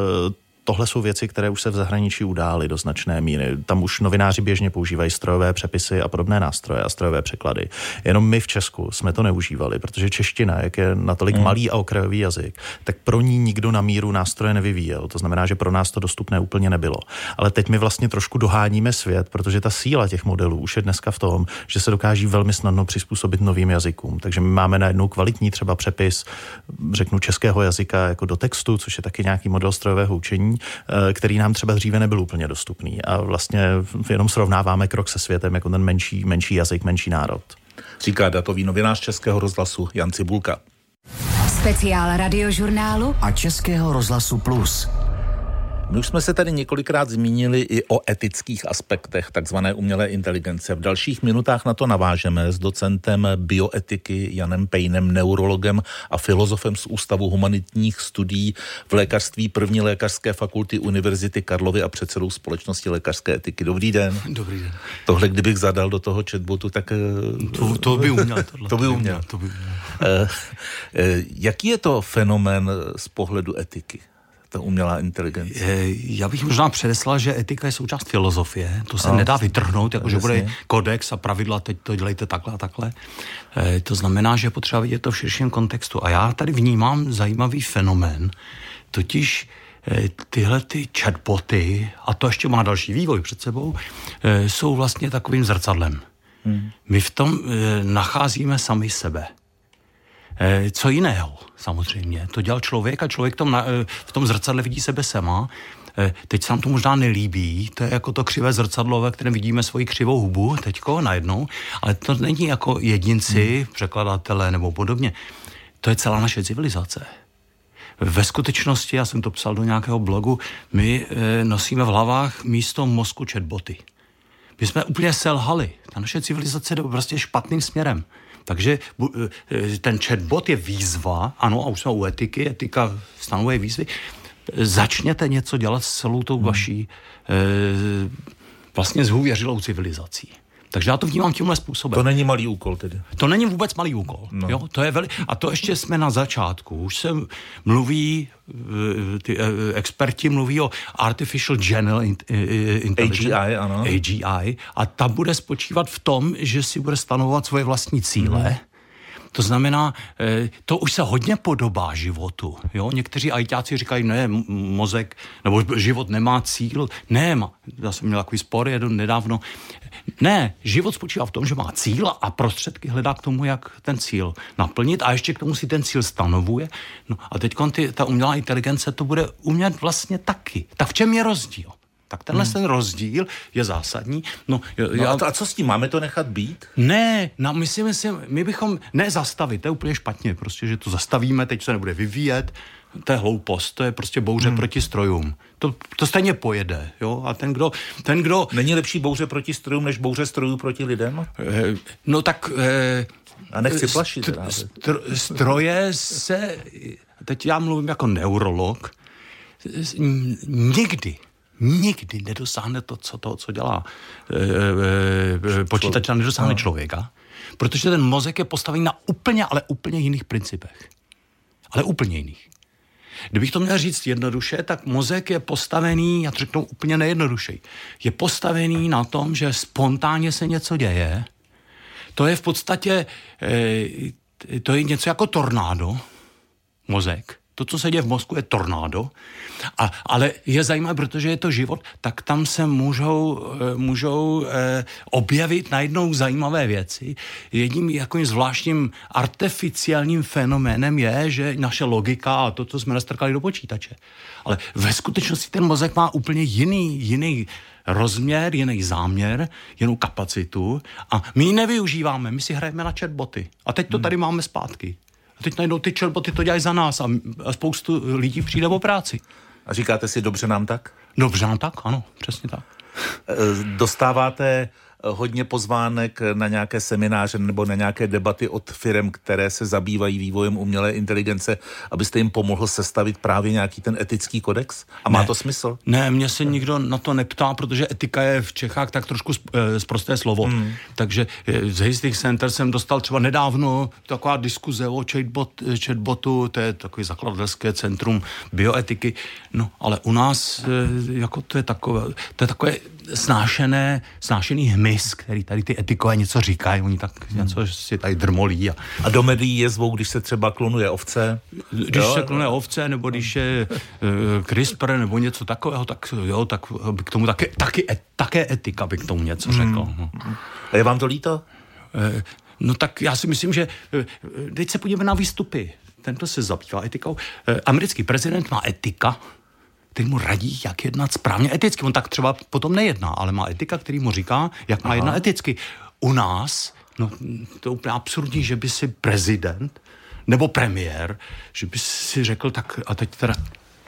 tohle jsou věci, které už se v zahraničí udály do značné míry. Tam už novináři běžně používají strojové přepisy a podobné nástroje a strojové překlady. Jenom my v Česku jsme to neužívali, protože čeština, jak je natolik hmm. malý a okrajový jazyk, tak pro ní nikdo na míru nástroje nevyvíjel. To znamená, že pro nás to dostupné úplně nebylo. Ale teď my vlastně trošku doháníme svět, protože ta síla těch modelů už je dneska v tom, že se dokáží velmi snadno přizpůsobit novým jazykům. Takže my máme najednou kvalitní třeba přepis, řeknu, českého jazyka jako do textu, což je taky nějaký model strojového učení, který nám třeba dříve nebyl úplně dostupný. A vlastně jenom srovnáváme krok se světem jako ten menší, menší jazyk, menší národ. Říká datový novinář Českého rozhlasu Jan Cibulka. Speciál Radiožurnálu a Českého rozhlasu Plus. My už jsme se tady několikrát zmínili i o etických aspektech takzvané umělé inteligence. V dalších minutách na to navážeme s docentem bioetiky Janem Pejnem, neurologem a filozofem z Ústavu humanitních studií v lékařství první lékařské fakulty Univerzity Karlovy a předsedou společnosti lékařské etiky. Dobrý den. Dobrý den. Tohle, kdybych zadal do toho chatbotu, tak... To, to by uměl. Tohle, to by uměl. To by uměl. Jaký je to fenomén z pohledu etiky? Ta umělá inteligence. Já bych možná předeslal, že etika je součást filozofie. To se no, nedá vytrhnout, jako že bude kodex a pravidla, teď to dělejte takhle a takhle. E, to znamená, že je potřeba vidět to v širším kontextu. A já tady vnímám zajímavý fenomén, totiž e, tyhle ty chatboty, a to ještě má další vývoj před sebou, e, jsou vlastně takovým zrcadlem. Hmm. My v tom e, nacházíme sami sebe. Co jiného, samozřejmě. To dělal člověk a člověk tom na, v tom zrcadle vidí sebe sama. Teď se nám to možná nelíbí, to je jako to křivé zrcadlo, ve kterém vidíme svoji křivou hubu teďko najednou, ale to není jako jedinci, hmm. překladatelé nebo podobně. to je celá naše civilizace. Ve skutečnosti, já jsem to psal do nějakého blogu, my e, nosíme v hlavách místo mozku chatboty. My jsme úplně selhali. Ta naše civilizace jde prostě špatným směrem. Takže e, ten chatbot je výzva, ano, a už jsme u etiky, etika stanovuje výzvy. Začněte něco dělat s celou tou vaší e, vlastně zhůvěřilou civilizací. Takže já to vnímám tímhle způsobem. To není malý úkol tedy. To není vůbec malý úkol. No. Jo? To je veli... A to ještě jsme na začátku. Už se mluví, ty experti mluví o Artificial General Intelligence. A G I, ano. A G I. A ta bude spočívat v tom, že si bude stanovovat svoje vlastní cíle. Mm. To znamená, to už se hodně podobá životu. Jo? Někteří ajťáci říkají, ne, mozek, nebo život nemá cíl. Ne, já jsem měl takový spor jedno nedávno. Ne, život spočívá v tom, že má cíl a prostředky hledá k tomu, jak ten cíl naplnit a ještě k tomu si ten cíl stanovuje. No a teď ta umělá inteligence to bude umět vlastně taky. Tak v čem je rozdíl? Tak tenhle hmm. ten rozdíl je zásadní. No, no já... a, to, a co s tím? Máme to nechat být? Ne, no, my si myslím, my bychom ne zastavit, to je úplně špatně, prostě, že to zastavíme, teď se nebude vyvíjet, to je hloupost, to je prostě bouře hmm. proti strojům. To, to stejně pojede, jo, a ten, kdo, ten, kdo... Není lepší bouře proti strojům, než bouře strojů proti lidem? Eh, no tak... Eh, a nechci plašit. Str, str, stroje se, teď já mluvím jako neurolog, nikdy, nikdy nedosáhne to, co, to, co dělá e, e, počítač, nedosáhne no. člověka, protože ten mozek je postavený na úplně, ale úplně jiných principech. Ale úplně jiných. Kdybych to měl říct jednoduše, tak mozek je postavený, já to řeknu úplně nejjednodušej, je postavený na tom, že spontánně se něco děje. To je v podstatě, e, to je něco jako tornádo, mozek. To, co se děje v mozku, je tornádo, a, ale je zajímavé, protože je to život, tak tam se můžou, můžou eh, objevit najednou zajímavé věci. Jedním jako zvláštním artificiálním fenoménem je, že naše logika a to, co jsme nastrkali do počítače. Ale ve skutečnosti ten mozek má úplně jiný, jiný rozměr, jiný záměr, jinou kapacitu a my ji nevyužíváme, my si hrajeme na chatboty. A teď to tady máme zpátky. A teď najednou ty chatboty to dělají za nás a, a spoustu lidí přijde o práci. A říkáte si, dobře nám tak? Dobře nám tak, ano, přesně tak. Dostáváte hodně pozvánek na nějaké semináře nebo na nějaké debaty od firem, které se zabývají vývojem umělé inteligence, abyste jim pomohl sestavit právě nějaký ten etický kodex? A má ne, to smysl? Ne, mě se nikdo na to neptá, protože etika je v Čechách tak trošku sprosté slovo. Hmm. Takže z Hastings Center jsem dostal třeba nedávno taková diskuze o chatbot, chatbotu, to je takový zakladatelské centrum bioetiky. No, ale u nás jako to je takové, to je takové snášené, snášený hmyz, který tady ty etikové něco říkají, oni tak hmm. něco si tady drmolí. A, a do médií je zvou, když se třeba klonuje ovce? Když jo? se klonuje ovce, nebo když je uh, CRISPR, nebo něco takového, tak jo, tak by k tomu taky, taky et, také etika by k tomu něco řekl. Hmm. No. A je vám to líto? Uh, no tak já si myslím, že uh, teď se podíváme na výstupy. Tento se zabývá etikou. Uh, americký prezident má etika, který mu radí, jak jednat správně eticky. On tak třeba potom nejedná, ale má etika, který mu říká, jak má Aha. jednat eticky. U nás, no to je úplně absurdní, že by si prezident nebo premiér, že by si řekl, tak a teď teda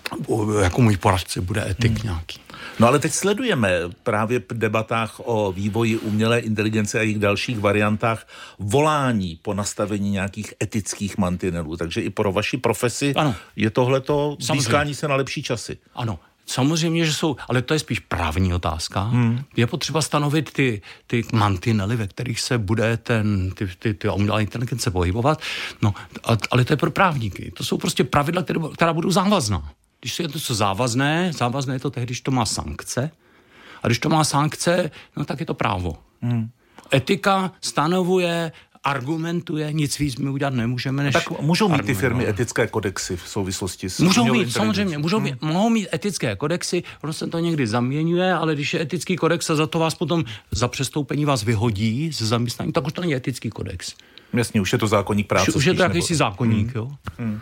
jako můj poradce bude etik hmm. nějaký. No ale teď sledujeme právě v debatách o vývoji umělé inteligence a jejich dalších variantách volání po nastavení nějakých etických mantinelů. Takže i pro vaši profesi ano. je tohleto získání se na lepší časy. Ano. Samozřejmě, že jsou, ale to je spíš právní otázka. Hmm. Je potřeba stanovit ty, ty mantinely, ve kterých se bude ten, ty, ty, ty umělá inteligence pohybovat. No, ale to je pro právníky. To jsou prostě pravidla, které, která budou závazná. Když je to co závazné, závazné je to tehdy, když to má sankce. A když to má sankce, no tak je to právo. Hmm. Etika stanovuje, argumentuje, nic víc my udělat nemůžeme, než tak můžou mít ty firmy etické kodexy v souvislosti s Můžou mít, samozřejmě, můžou mít, hmm. mohou mít etické kodexy, ono se to někdy zaměňuje, ale když je etický kodex a za to vás potom za přestoupení vás vyhodí ze zaměstnání, tak už to není etický kodex. Jasně, už je to zákoník práce. Už, už je to jakýsi zákoník, hmm. jo. Hmm.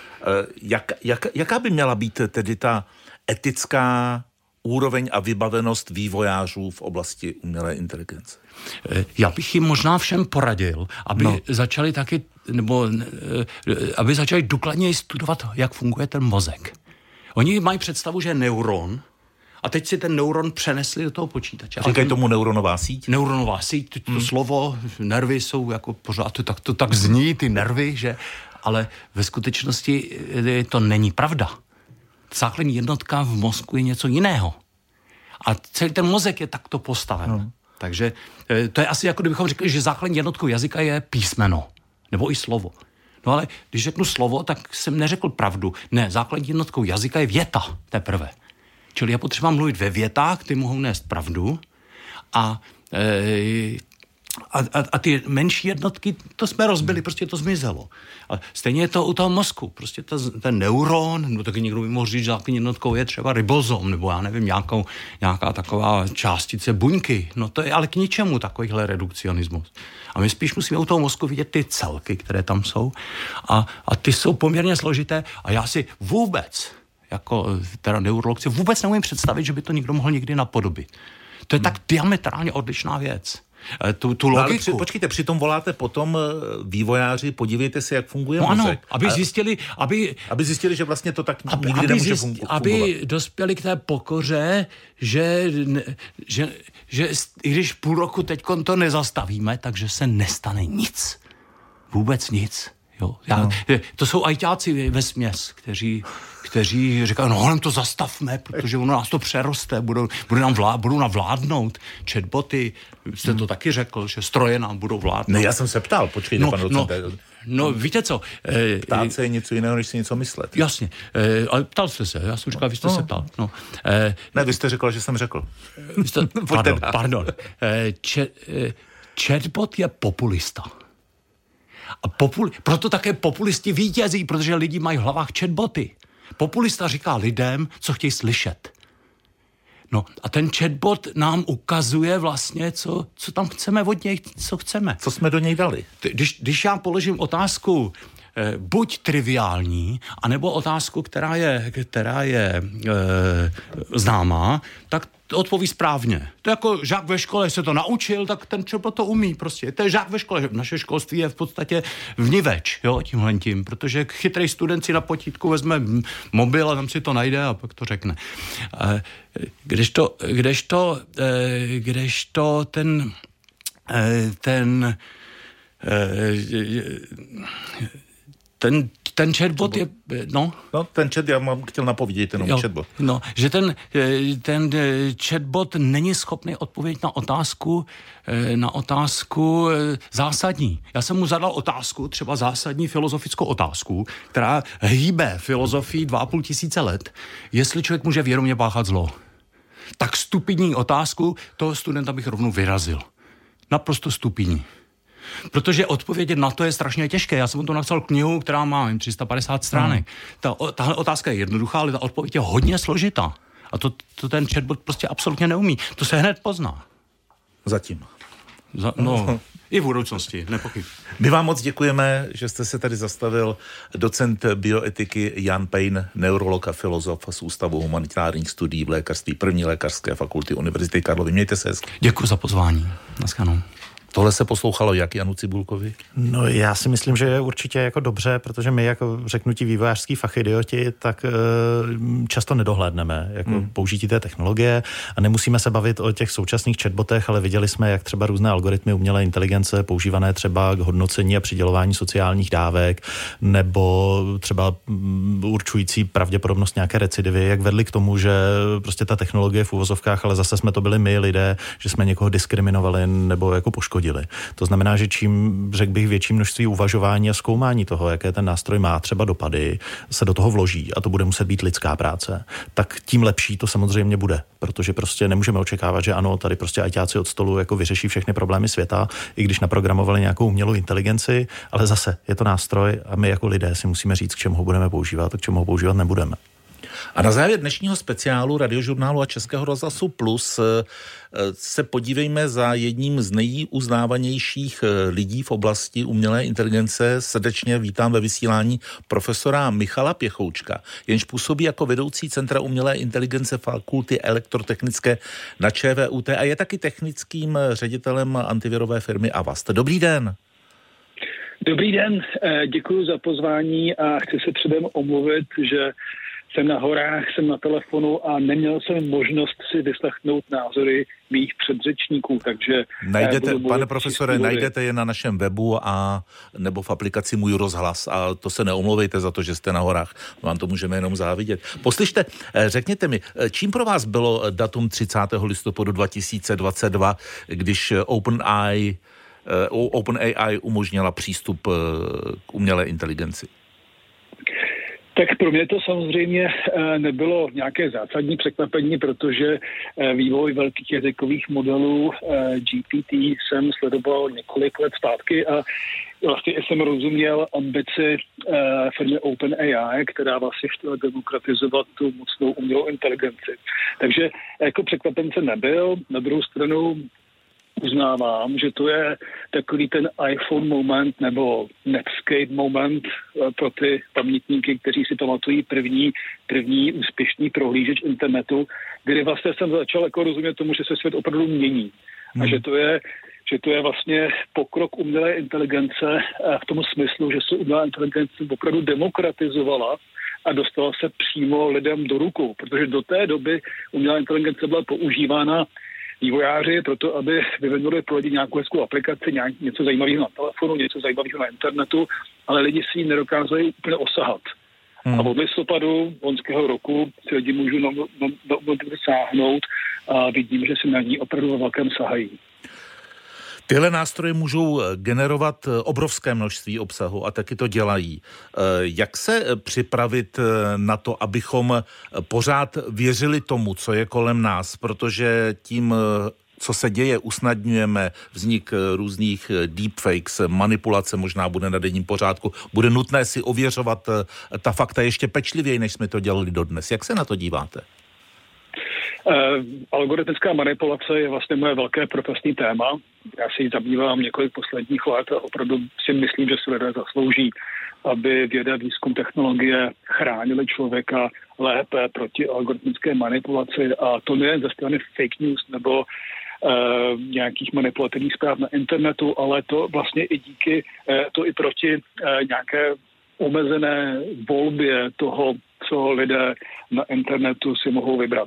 Jak, jak, jaká by měla být tedy ta etická úroveň a vybavenost vývojářů v oblasti umělé inteligence? Já bych jim možná všem poradil, aby no. začali taky nebo aby začali důkladněji studovat, jak funguje ten mozek. Oni mají představu, že je neuron, a teď si ten neuron přenesli do toho počítače. Říkají tomu neuronová síť? Neuronová síť, to hmm. slovo, nervy jsou jako pořád, to tak, to tak zní, ty nervy, že? Ale ve skutečnosti to není pravda. Základní jednotka v mozku je něco jiného. A celý ten mozek je takto postaven. Hmm. Takže to je asi jako kdybychom řekli, že základní jednotkou jazyka je písmeno. Nebo i slovo. No ale když řeknu slovo, tak jsem neřekl pravdu. Ne, základní jednotkou jazyka je věta teprve. Čili je potřeba mluvit ve větách, ty mohou nést pravdu a, e, a, a, a ty menší jednotky, to jsme rozbili, prostě to zmizelo. A stejně je to u toho mozku, prostě to, ten neuron, no taky někdo by mohl říct, že základní jednotkou je třeba ribozom, nebo já nevím, nějakou, nějaká taková částice buňky, no to je ale k ničemu takovýhle redukcionismus. A my spíš musíme u toho mozku vidět ty celky, které tam jsou a, a ty jsou poměrně složité a já si vůbec jako teda neurolog si vůbec neumím představit, že by to někdo mohl někdy napodobit. To je hmm. tak diametrálně odlišná věc. Tu, tu logiku. No, při, počkejte, přitom voláte potom vývojáři, podívejte se, jak funguje no mozek. Ano, aby zjistili, aby, aby zjistili, že vlastně to tak aby, nikdy aby nemůže zjist, fungovat. Aby dospěli k té pokoře, že, že, že i když půl roku teďkon to nezastavíme, takže se nestane nic. Vůbec nic. Jo, já, no. To jsou ajťáci vesměs, kteří, kteří říkají, no holem to zastavme, protože ono nás to přeroste, budou, budou, nám vlád, budou nám vládnout. Chatboty, jste hmm. to taky řekl, že stroje nám budou vládnout. Ne, já jsem se ptal, počkejte, no, pan docente. No, no víte co? Ptát se je něco jiného, než si něco myslet. Jasně, ale ptal jste se, já jsem říkal, vy jste no. se ptal. No. Ne, vy jste řekl, že jsem řekl. Jste, pardon, pardon. Č, chatbot je populista. A popul- proto také populisti vítězí, protože lidi mají v hlavách chatboty. Populista říká lidem, co chtějí slyšet. No a ten chatbot nám ukazuje vlastně, co, co tam chceme od něj, co chceme. Co jsme do něj dali. Když, když já položím otázku eh, buď triviální, anebo otázku, která je, která je eh, známá, tak odpoví správně. To je jako žák ve škole se to naučil, tak ten chatbot to umí prostě. To je žák ve škole. Naše školství je v podstatě vniveč, jo, tímhle tím, protože chytrý student si na potítku vezme mobil a tam si to najde a pak to řekne. Kdežto, kdežto, kdežto ten ten ten ten chatbot je, no. No, ten chat, já mám chtěl napovědět jenom jo, chatbot. No, že ten, ten chatbot není schopný odpovědět na otázku, na otázku zásadní. Já jsem mu zadal otázku, třeba zásadní filozofickou otázku, která hýbe filozofii dva a půl tisíce let, jestli člověk může vědomě páchat zlo. Tak stupidní otázku toho studenta bych rovnou vyrazil. Naprosto stupidní. Protože odpovědět na to je strašně těžké. Já jsem mu to napsal knihu, která má tři sta padesát stránek. Ta, tahle otázka je jednoduchá, ale ta odpověď je hodně složitá. A to, to ten chatbot prostě absolutně neumí. To se hned pozná. Zatím. Za, no, i v budoucnosti, nepochyb. My vám moc děkujeme, že jste se tady zastavil. Docent bioetiky Jan Pejn, neurolog a filozof z Ústavu humanitárních studií v lékařství první lékařské fakulty Univerzity Karlovy. Mějte se hezky. Děkuji za pozvání. Naschledanou. Tohle se poslouchalo jak Janu Cibulkovi? No já si myslím, že je určitě jako dobře, protože my jako řeknutí vývojářský fachidioti, tak e, často nedohlédneme jako hmm. použití té technologie a nemusíme se bavit o těch současných chatbotech, ale viděli jsme, jak třeba různé algoritmy umělé inteligence používané třeba k hodnocení a přidělování sociálních dávek nebo třeba určující pravděpodobnost nějaké recidivy, jak vedli k tomu, že prostě ta technologie v uvozovkách, ale zase jsme to byli my lidé, že jsme někoho diskriminovali nebo jako poškodili. To znamená, že čím, řekl bych, větší množství uvažování a zkoumání toho, jaké ten nástroj má třeba dopady, se do toho vloží a to bude muset být lidská práce, tak tím lepší to samozřejmě bude, protože prostě nemůžeme očekávat, že ano, tady prostě ajťáci od stolu jako vyřeší všechny problémy světa, i když naprogramovali nějakou umělou inteligenci, ale zase je to nástroj a my jako lidé si musíme říct, k čemu ho budeme používat a k čemu ho používat nebudeme. A na závěr dnešního speciálu Radiožurnálu a Českého rozhlasu Plus se podívejme za jedním z nejuznávanějších lidí v oblasti umělé inteligence. Srdečně vítám ve vysílání profesora Michala Pěchoučka, jenž působí jako vedoucí Centra umělé inteligence Fakulty elektrotechnické na ČVUT a je taky technickým ředitelem antivirové firmy Avast. Dobrý den. Dobrý den, děkuji za pozvání a chci se předem omluvit, že jsem na horách, jsem na telefonu a neměl jsem možnost si vyslechnout názory mých předřečníků, takže... Najdete, pane profesore, najdete je na našem webu a nebo v aplikaci Můj rozhlas a to se neomlouvejte za to, že jste na horách. Vám to můžeme jenom závidět. Poslyšte, řekněte mi, čím pro vás bylo datum třicátého listopadu dva tisíce dvacet dva, když OpenAI OpenAI umožnila přístup k umělé inteligenci? Tak pro mě to samozřejmě nebylo nějaké zásadní překvapení, protože vývoj velkých jazykových modelů G P T jsem sledoval několik let zpátky a vlastně jsem rozuměl ambici firmy OpenAI, která vlastně chtěla demokratizovat tu mocnou umělou inteligenci. Takže jako překvapence nebyl. Na druhou stranu uznávám, že to je takový ten iPhone moment nebo Netscape moment pro ty pamětníky, kteří si pamatují první, první úspěšný prohlížeč internetu, kdy vlastně jsem začal jako rozumět tomu, že se svět opravdu mění. Hmm. A že to je že to je vlastně pokrok umělé inteligence v tom smyslu, že se umělá inteligence opravdu demokratizovala a dostala se přímo lidem do rukou, protože do té doby umělá inteligence byla používána vývojáři proto, aby vyvinuli pro lidi nějakou hezkou aplikaci, nějak, něco zajímavého na telefonu, něco zajímavého na internetu, ale lidi si ji nedokázali úplně osahat. Hmm. A od listopadu loňského roku si lidi můžou na, na, na, na sáhnout a vidím, že si na ní opravdu ve velkém sahají. Tyhle nástroje můžou generovat obrovské množství obsahu a taky to dělají. Jak se připravit na to, abychom pořád věřili tomu, co je kolem nás, protože tím, co se děje, usnadňujeme vznik různých deepfakes, manipulace možná bude na denním pořádku. Bude nutné si ověřovat ta fakta ještě pečlivěji, než jsme to dělali dodnes. Jak se na to díváte? Uh, algoritmická manipulace je vlastně moje velké profesní téma. Já si ji zabývám několik posledních let a opravdu si myslím, že se lidé zaslouží, aby věda, výzkum, technologie chránili člověka lépe proti algoritmické manipulaci a to nejen ze strany fake news nebo uh, nějakých manipulativních zpráv na internetu, ale to vlastně i díky, uh, to i proti uh, nějaké omezené volbě toho, co lidé na internetu si mohou vybrat.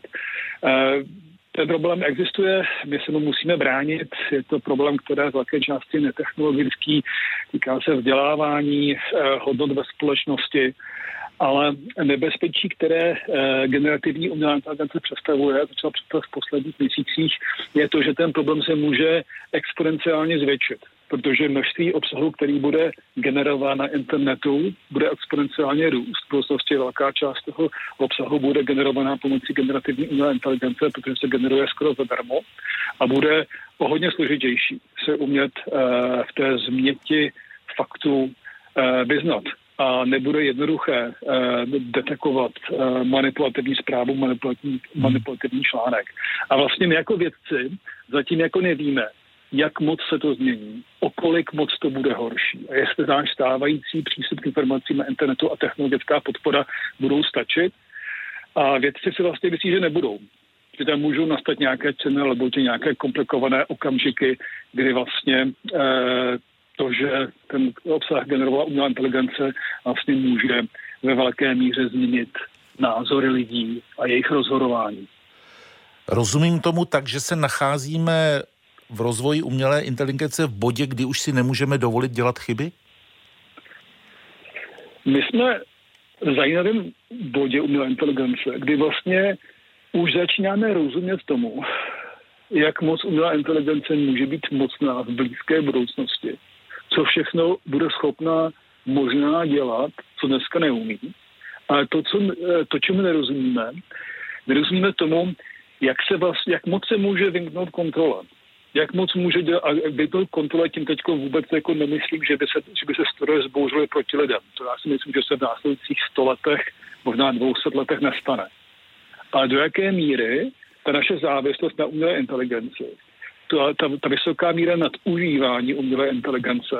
Ten problém existuje, my se mu musíme bránit, je to problém, který je z velké části netechnologický, týká se vzdělávání, hodnot ve společnosti, ale nebezpečí, které generativní umělá inteligence představuje, začala představovat v posledních měsících, je to, že ten problém se může exponenciálně zvětšit, protože množství obsahu, který bude generován na internetu, bude exponenciálně růst. V budoucnosti velká část toho obsahu bude generovaná pomocí generativní umělé inteligence, protože se generuje skoro zadarmo a bude o hodně složitější se umět uh, v té změti faktů uh, vyznat. A nebude jednoduché uh, detekovat uh, manipulativní zprávu, manipulativní, manipulativní článek. A vlastně my jako vědci zatím jako nevíme, jak moc se to změní, o kolik moc to bude horší. A jestli náš stávající přístup k informacím na internetu a technologická podpora budou stačit. A vědci si vlastně myslí, že nebudou. Že tam můžou nastat nějaké ceny, nebo nějaké komplikované okamžiky, kdy vlastně eh, to, že ten obsah generovala umělá inteligence, vlastně může ve velké míře změnit názory lidí a jejich rozhodování. Rozumím tomu tak, že se nacházíme v rozvoji umělé inteligence v bodě, kdy už si nemůžeme dovolit dělat chyby? My jsme v zajímavém bodě umělé inteligence, kdy vlastně už začínáme rozumět tomu, jak moc umělá inteligence může být mocná v blízké budoucnosti. Co všechno bude schopná možná dělat, co dneska neumí. Ale to, co, to čemu nerozumíme, nerozumíme tomu, jak, se vlastně, jak moc se může vymknout kontrole. Jak moc může dělat, a by to kontrole tím teď vůbec jako nemyslím, že by se, že by se stroje zbouřily proti lidem. To já si myslím, že se v následujících sto letech, možná dvouset letech nestane. Ale do jaké míry ta naše závislost na umělé inteligenci, ta, ta, ta vysoká míra nadužívání umělé inteligence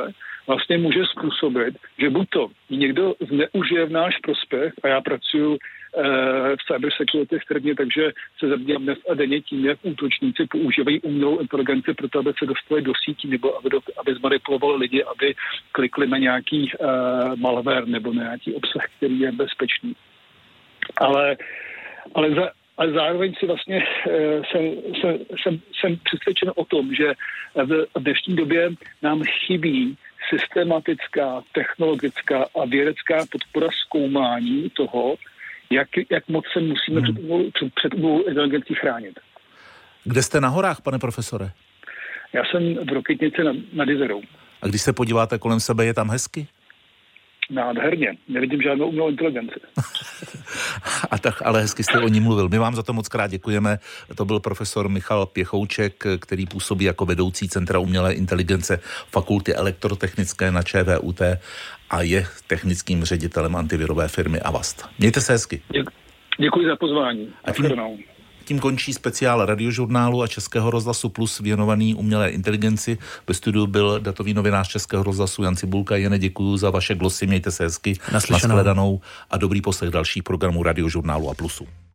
vlastně může způsobit, že buď to někdo zneužije v náš prospěch, a já pracuji v cybersecurity firmě, takže se zabývám dnes a denně tím, jak útočníci používají umělou inteligenci pro to, aby se dostali do sítí nebo aby, do, aby zmanipulovali lidi, aby klikli na nějaký uh, malware nebo na nějaký obsah, který je bezpečný. Ale, ale, za, ale zároveň si vlastně uh, jsem, jsem, jsem, jsem přesvědčen o tom, že v dnešní době nám chybí systematická, technologická a vědecká podpora zkoumání toho, Jak, jak moc se musíme hmm. před, před umělou inteligencí chránit. Kde jste na horách, pane profesore? Já jsem v Rokytnici nad, nad Jizerou. A když se podíváte kolem sebe, je tam hezky? Nádherně. Nevidím žádnou umělou inteligenci. A tak, ale hezky jste o ní mluvil. My vám za to moc krát děkujeme. To byl profesor Michal Pěchouček, který působí jako vedoucí Centra umělé inteligence Fakulty elektrotechnické na ČVUT a je technickým ředitelem antivirové firmy Avast. Mějte se hezky. Děkuji za pozvání. A tím, tím končí speciál Radiožurnálu a Českého rozhlasu Plus věnovaný umělé inteligenci. Ve studiu byl datový novinář Českého rozhlasu Jan Cibulka. Jene, děkuji za vaše glosy, mějte se hezky. Naslyšenou. Nashledanou a dobrý poslech dalších programů Radiožurnálu a Plusu.